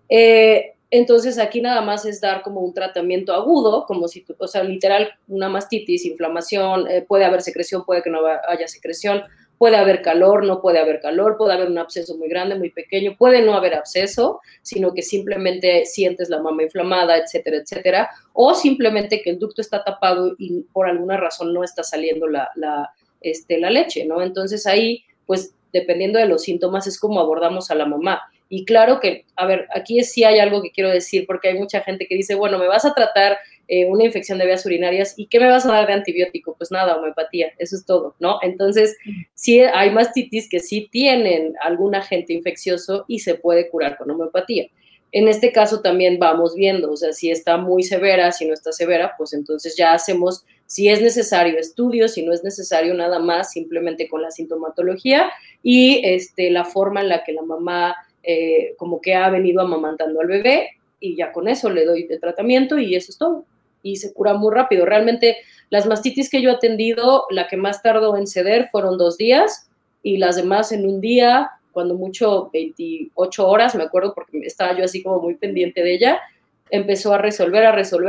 Entonces aquí nada más es dar como un tratamiento agudo, como si, o sea, literal, una mastitis, inflamación, puede haber secreción, puede que no haya secreción, puede haber calor, no puede haber calor, puede haber un absceso muy grande, muy pequeño, puede no haber absceso, sino que simplemente sientes la mama inflamada, etcétera, etcétera, o simplemente que el ducto está tapado y por alguna razón no está saliendo la leche, ¿no? Entonces ahí, pues, dependiendo de los síntomas, es como abordamos a la mamá. Y claro que, a ver, aquí sí hay algo que quiero decir, porque hay mucha gente que dice, bueno, me vas a tratar una infección de vías urinarias, ¿y qué me vas a dar de antibiótico? Pues nada, homeopatía, eso es todo, ¿no? Entonces, sí hay mastitis que sí tienen algún agente infeccioso y se puede curar con homeopatía. En este caso también vamos viendo, o sea, si está muy severa, si no está severa, pues entonces ya hacemos, si es necesario, estudios, si no es necesario nada más, simplemente con la sintomatología y la forma en la que la mamá como que ha venido amamantando al bebé y ya con eso le doy el tratamiento y eso es todo. Y se cura muy rápido. Realmente las mastitis que yo he atendido, la que más tardó en ceder fueron 2 días y las demás en un día, cuando mucho 28 horas, me acuerdo porque estaba yo así como muy pendiente de ella, empezó a resolver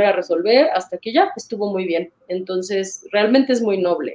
hasta que ya estuvo muy bien. Entonces, realmente es muy noble.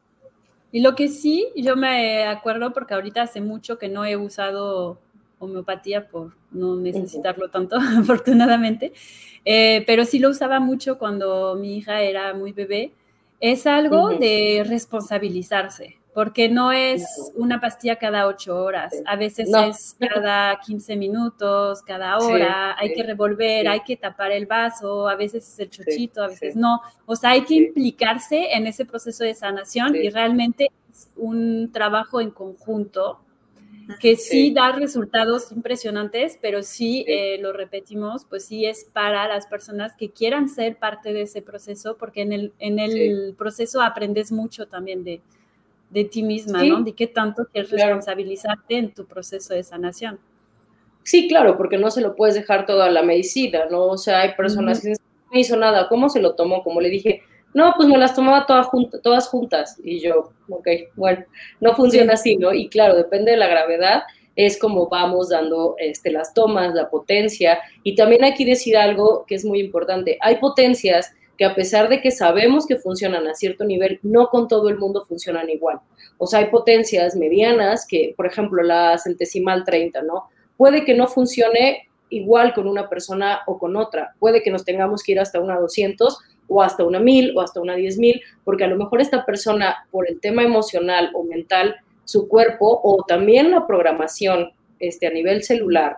Y lo que sí, yo me acuerdo porque ahorita hace mucho que no he usado homeopatía por no necesitarlo tanto, afortunadamente, pero sí lo usaba mucho cuando mi hija era muy bebé. Es algo de responsabilizarse, porque no es una pastilla cada 8 horas, a veces es cada 15 minutos, cada hora, hay que revolver, hay que tapar el vaso, a veces es el chochito, a veces no, o sea, hay que implicarse en ese proceso de sanación y realmente es un trabajo en conjunto que sí da resultados impresionantes, pero sí, lo repetimos, pues sí es para las personas que quieran ser parte de ese proceso, porque en el proceso aprendes mucho también de ti misma, ¿no? De qué tanto quieres responsabilizarte en tu proceso de sanación. Sí, claro, porque no se lo puedes dejar todo a la medicina, ¿no? O sea, hay personas que dicen, no me hizo nada, ¿cómo se lo tomó? Como le dije, no, pues me las tomaba todas juntas. Y yo, ok, bueno, no funciona así, ¿no? Y claro, depende de la gravedad, es como vamos dando las tomas, la potencia. Y también hay que decir algo que es muy importante. Hay potencias que a pesar de que sabemos que funcionan a cierto nivel, no con todo el mundo funcionan igual. O sea, hay potencias medianas que, por ejemplo, la centesimal 30, ¿no? Puede que no funcione igual con una persona o con otra. Puede que nos tengamos que ir hasta una 200 o hasta una 1000 o hasta una 10,000, porque a lo mejor esta persona, por el tema emocional o mental, su cuerpo o también la programación a nivel celular,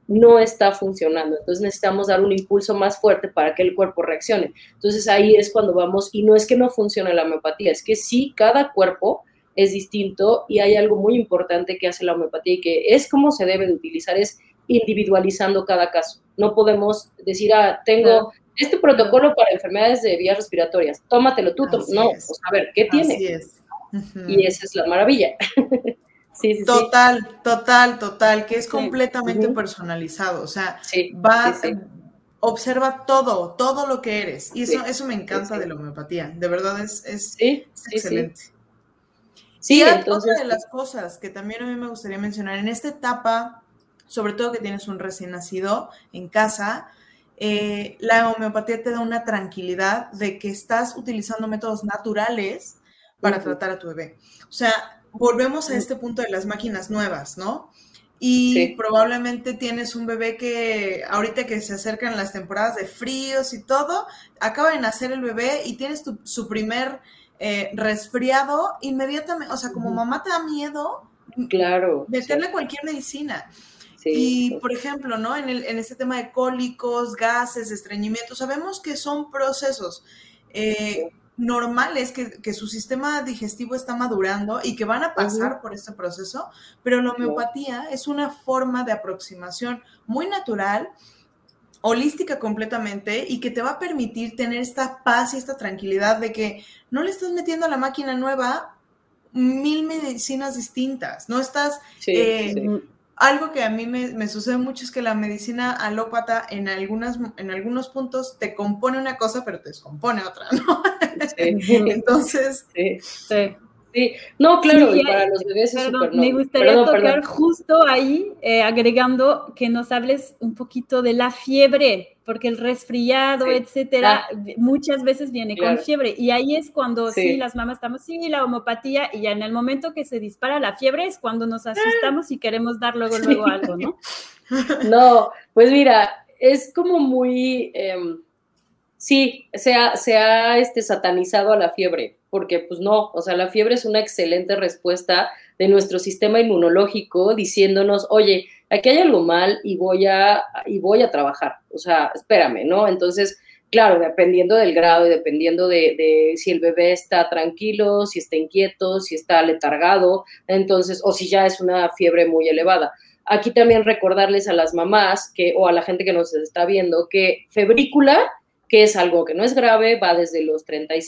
no está funcionando. Entonces necesitamos dar un impulso más fuerte para que el cuerpo reaccione. Entonces ahí es cuando vamos, y no es que no funcione la homeopatía, es que sí, cada cuerpo es distinto y hay algo muy importante que hace la homeopatía y que es como se debe de utilizar, es individualizando cada caso. No podemos decir, tengo este protocolo para enfermedades de vías respiratorias, tómatelo tú, no, pues a ver, ¿qué tiene? Así es. Y esa es la maravilla. Sí. Total, que es completamente personalizado, o sea, observa todo lo que eres, y eso me encanta de la homeopatía, de verdad es excelente. Sí, y entonces, otra de las cosas que también a mí me gustaría mencionar, en esta etapa, sobre todo que tienes un recién nacido en casa, la homeopatía te da una tranquilidad de que estás utilizando métodos naturales para tratar a tu bebé. O sea, volvemos a este punto de las máquinas nuevas, ¿no? Y probablemente tienes un bebé que ahorita que se acercan las temporadas de fríos y todo, acaba de nacer el bebé y tienes su primer resfriado, inmediatamente, o sea, como mamá te da miedo meterle cualquier medicina. Y, por ejemplo, ¿no? En este tema de cólicos, gases, estreñimiento, sabemos que son procesos normales, que su sistema digestivo está madurando y que van a pasar por este proceso, pero la homeopatía es una forma de aproximación muy natural, holística completamente, y que te va a permitir tener esta paz y esta tranquilidad de que no le estás metiendo a la máquina nueva 1000 medicinas distintas, no estás... Algo que a mí me sucede mucho es que la medicina alópata en algunos puntos te compone una cosa, pero te descompone otra, ¿no? Entonces... Sí, no, claro, y para los bebés es súper Me gustaría tocar justo ahí, agregando que nos hables un poquito de la fiebre, porque el resfriado, etcétera, muchas veces viene con fiebre, y ahí es cuando las mamás estamos, la homeopatía, y ya en el momento que se dispara la fiebre es cuando nos asustamos y queremos dar luego algo, ¿no? No, pues mira, es como muy... se ha satanizado a la fiebre, porque pues no, o sea, la fiebre es una excelente respuesta de nuestro sistema inmunológico diciéndonos, oye, aquí hay algo mal y voy a trabajar, o sea, espérame, ¿no? Entonces, claro, dependiendo del grado y dependiendo de si el bebé está tranquilo, si está inquieto, si está letargado, entonces, o si ya es una fiebre muy elevada. Aquí también recordarles a las mamás o a la gente que nos está viendo que febrícula, que es algo que no es grave, va desde los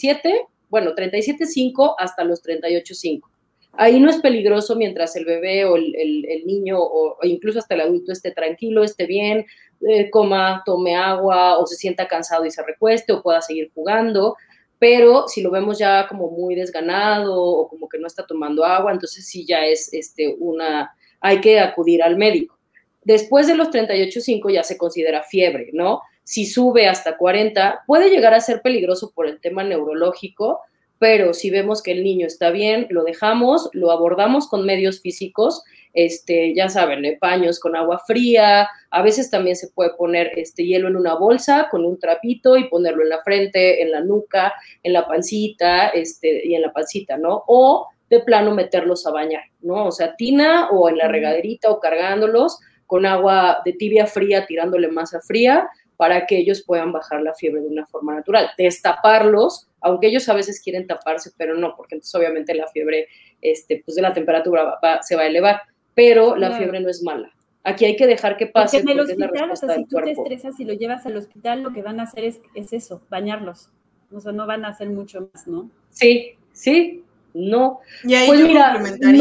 37.5 hasta los 38.5. Ahí no es peligroso mientras el bebé o el niño o incluso hasta el adulto esté tranquilo, esté bien, coma, tome agua o se sienta cansado y se recueste o pueda seguir jugando, pero si lo vemos ya como muy desganado o como que no está tomando agua, entonces sí ya es hay que acudir al médico. Después de los 38.5 ya se considera fiebre, ¿no? Si sube hasta 40, puede llegar a ser peligroso por el tema neurológico, pero si vemos que el niño está bien, lo dejamos, lo abordamos con medios físicos, ya saben, paños con agua fría, a veces también se puede poner hielo en una bolsa con un trapito y ponerlo en la frente, en la nuca, en la pancita, y en la pancita, ¿no? O de plano meterlos a bañar, ¿no? O sea, tina o en la regaderita o cargándolos con agua de tibia fría, tirándole masa fría, para que ellos puedan bajar la fiebre de una forma natural. Destaparlos, aunque ellos a veces quieren taparse, pero no, porque entonces obviamente la fiebre, pues de la temperatura se va a elevar, pero la fiebre no es mala. Aquí hay que dejar que pase. Porque en el hospital, o sea, si tú te estresas y lo llevas al hospital, lo que van a hacer es eso, bañarlos. O sea, no van a hacer mucho más, ¿no? Sí, no. Y ahí pues yo mira,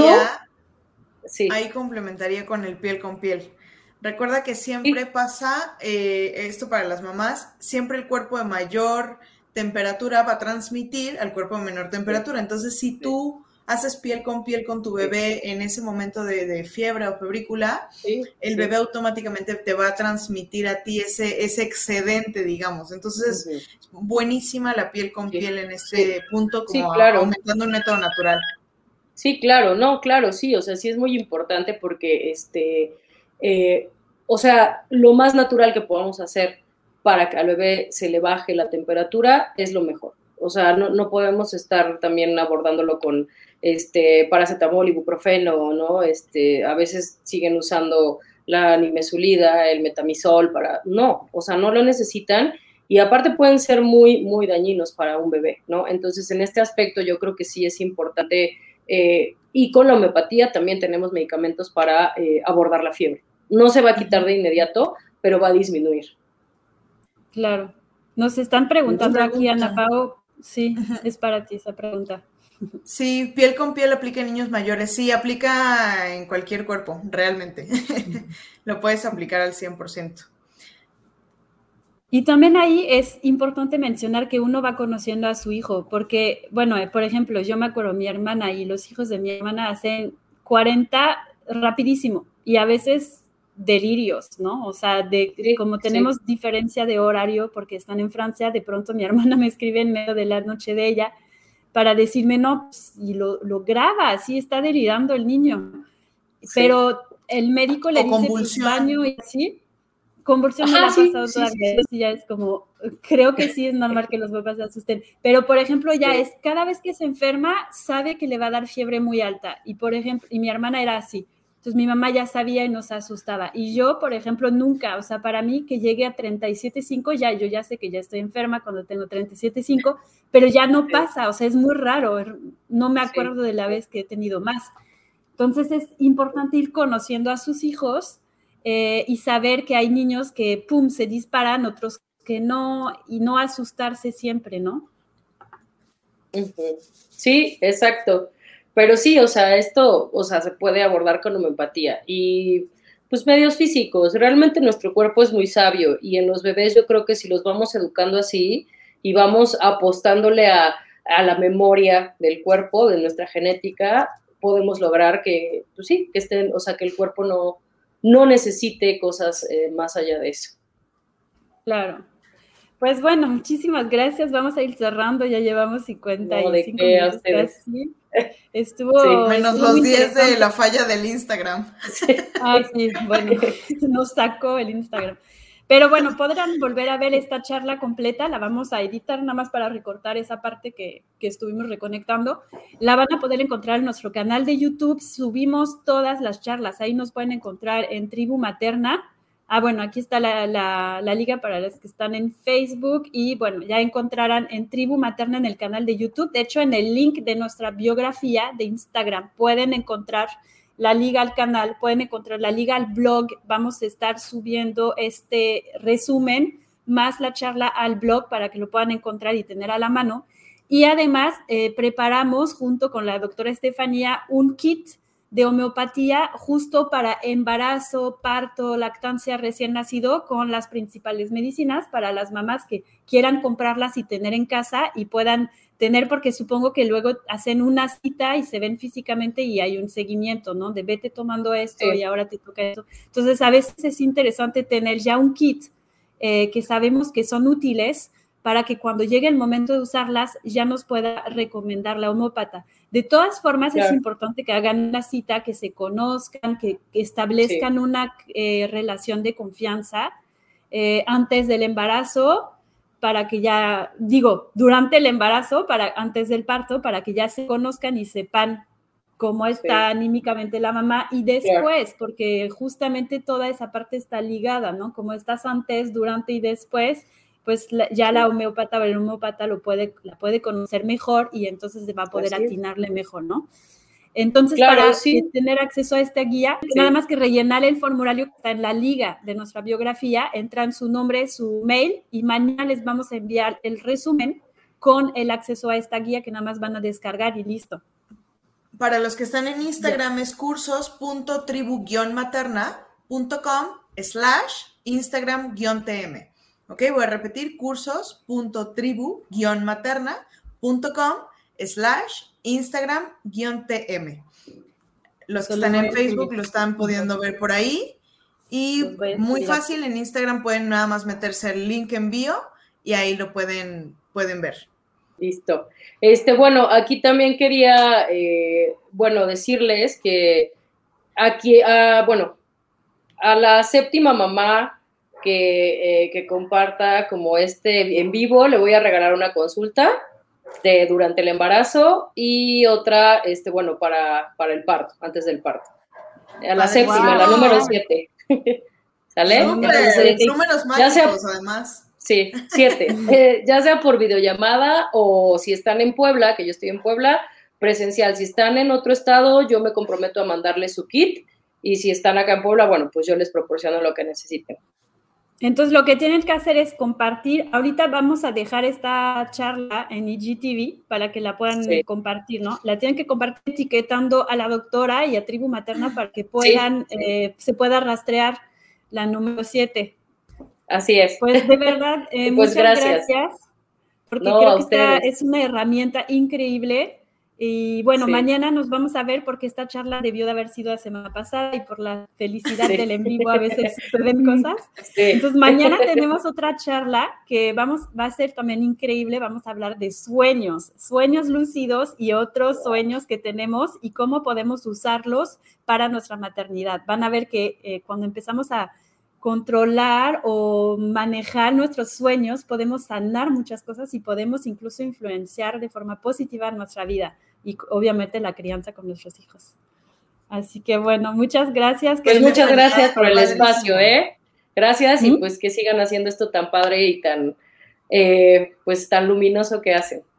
ahí complementaría con el piel con piel. Recuerda que siempre pasa, esto para las mamás, siempre el cuerpo de mayor temperatura va a transmitir al cuerpo de menor temperatura. Entonces, si tú haces piel con tu bebé en ese momento de fiebre o febrícula, el bebé automáticamente te va a transmitir a ti ese excedente, digamos. Entonces, buenísima la piel con piel en este punto, como aumentando un método natural. Sí, claro, no, claro, sí, o sea, sí es muy importante porque, o sea, lo más natural que podamos hacer para que al bebé se le baje la temperatura es lo mejor. O sea, no podemos estar también abordándolo con paracetamol, ibuprofeno, ¿no? A veces siguen usando la nimesulida, el metamizol, no, o sea, no lo necesitan y aparte pueden ser muy, muy dañinos para un bebé, ¿no? Entonces, en este aspecto yo creo que sí es importante, y con la homeopatía también tenemos medicamentos para abordar la fiebre. No se va a quitar de inmediato, pero va a disminuir. Claro. Nos están preguntando aquí, Ana Pao, sí, es para ti esa pregunta. Sí, piel con piel aplica en niños mayores. Sí, aplica en cualquier cuerpo, realmente. Lo puedes aplicar al 100%. Y también ahí es importante mencionar que uno va conociendo a su hijo, porque, bueno, por ejemplo, yo me acuerdo, mi hermana y los hijos de mi hermana hacen 40 rapidísimo y a veces delirios, ¿no? O sea, como tenemos diferencia de horario porque están en Francia, de pronto mi hermana me escribe en medio de la noche de ella para decirme, no, pues, y lo graba, sí, está delirando el niño. Sí. Pero el médico le dice, pues, baño y así. Convulsión me la ha pasado todavía, sí, ya es como, creo que sí es normal que los papás se asusten, pero por ejemplo ya es, cada vez que se enferma, sabe que le va a dar fiebre muy alta, y por ejemplo, y mi hermana era así, entonces mi mamá ya sabía y nos asustaba, y yo, por ejemplo, nunca, o sea, para mí que llegue a 37.5, yo ya sé que ya estoy enferma cuando tengo 37.5, pero ya no pasa, o sea, es muy raro, no me acuerdo de la vez que he tenido más. Entonces es importante ir conociendo a sus hijos y saber que hay niños que, pum, se disparan, otros que no, y no asustarse siempre, ¿no? Sí, exacto. Pero sí, o sea, esto, o sea, se puede abordar con homeopatía y pues medios físicos. Realmente nuestro cuerpo es muy sabio y en los bebés yo creo que si los vamos educando así y vamos apostándole a la memoria del cuerpo, de nuestra genética, podemos lograr que, pues sí, que estén, o sea, que el cuerpo no necesite cosas más allá de eso. Claro. Pues bueno, muchísimas gracias. Vamos a ir cerrando, ya llevamos 55 minutos casi. Estuvo menos los 10 de la falla del Instagram. Sí. Ay, sí, bueno, nos sacó el Instagram. Pero bueno, podrán volver a ver esta charla completa, la vamos a editar nada más para recortar esa parte que estuvimos reconectando. La van a poder encontrar en nuestro canal de YouTube, subimos todas las charlas, ahí nos pueden encontrar en Tribu Materna. Bueno, aquí está la liga para los que están en Facebook y bueno, ya encontrarán en Tribu Materna en el canal de YouTube. De hecho, en el link de nuestra biografía de Instagram pueden encontrar la liga al canal, pueden encontrar la liga al blog. Vamos a estar subiendo este resumen más la charla al blog para que lo puedan encontrar y tener a la mano. Y además preparamos junto con la doctora Estefanía un kit de homeopatía justo para embarazo, parto, lactancia recién nacido con las principales medicinas para las mamás que quieran comprarlas y tener en casa y puedan tener, porque supongo que luego hacen una cita y se ven físicamente y hay un seguimiento, ¿no? De vete tomando esto y ahora te toca esto. Entonces, a veces es interesante tener ya un kit que sabemos que son útiles para que cuando llegue el momento de usarlas ya nos pueda recomendar la homeópata. De todas formas, es importante que hagan una cita, que se conozcan, que establezcan una relación de confianza antes del embarazo, para que ya, durante el embarazo, antes del parto, para que ya se conozcan y sepan cómo está anímicamente la mamá y después, porque justamente toda esa parte está ligada, ¿no? Como estás antes, durante y después, pues ya la homeópata o el homeópata la puede conocer mejor y entonces va a poder atinarle mejor, ¿no? Entonces, para tener acceso a esta guía, nada más que rellenar el formulario que está en la liga de nuestra biografía, entran su nombre, su mail, y mañana les vamos a enviar el resumen con el acceso a esta guía que nada más van a descargar y listo. Para los que están en Instagram es cursos.tribu-materna.com/Instagram-TM. Ok, voy a repetir, cursos.tribu-materna.com/Instagram-TM. Los que están en Facebook lo están pudiendo ver por ahí. Y muy fácil, en Instagram pueden nada más meterse el link en bio y ahí lo pueden ver. Listo. Bueno, aquí también quería, decirles que aquí, a la séptima mamá que comparta como en vivo, le voy a regalar una consulta durante el embarazo y otra, para el parto, antes del parto. A la séptima, la número 7. ¿Sale? Entonces, números mágicos, además. Sí, 7. Ya sea por videollamada o si están en Puebla, que yo estoy en Puebla, presencial. Si están en otro estado, yo me comprometo a mandarles su kit. Y si están acá en Puebla, bueno, pues yo les proporciono lo que necesiten. Entonces, lo que tienen que hacer es compartir. Ahorita vamos a dejar esta charla en IGTV para que la puedan compartir, ¿no? La tienen que compartir etiquetando a la doctora y a Tribu Materna para que puedan, se pueda rastrear la número 7. Así es. Pues de verdad, pues muchas gracias. Porque creo que esta es una herramienta increíble. Y bueno, mañana nos vamos a ver porque esta charla debió de haber sido la semana pasada y por la felicidad del en vivo a veces suceden cosas. Entonces, mañana tenemos otra charla que va a ser también increíble. Vamos a hablar de sueños lúcidos y otros sueños que tenemos y cómo podemos usarlos para nuestra maternidad. Van a ver que cuando empezamos a controlar o manejar nuestros sueños, podemos sanar muchas cosas y podemos incluso influenciar de forma positiva nuestra vida y obviamente la crianza con nuestros hijos. Así que bueno, muchas gracias. Pues muchas gracias por el espacio, Gracias y pues que sigan haciendo esto tan padre y tan, pues tan luminoso que hacen.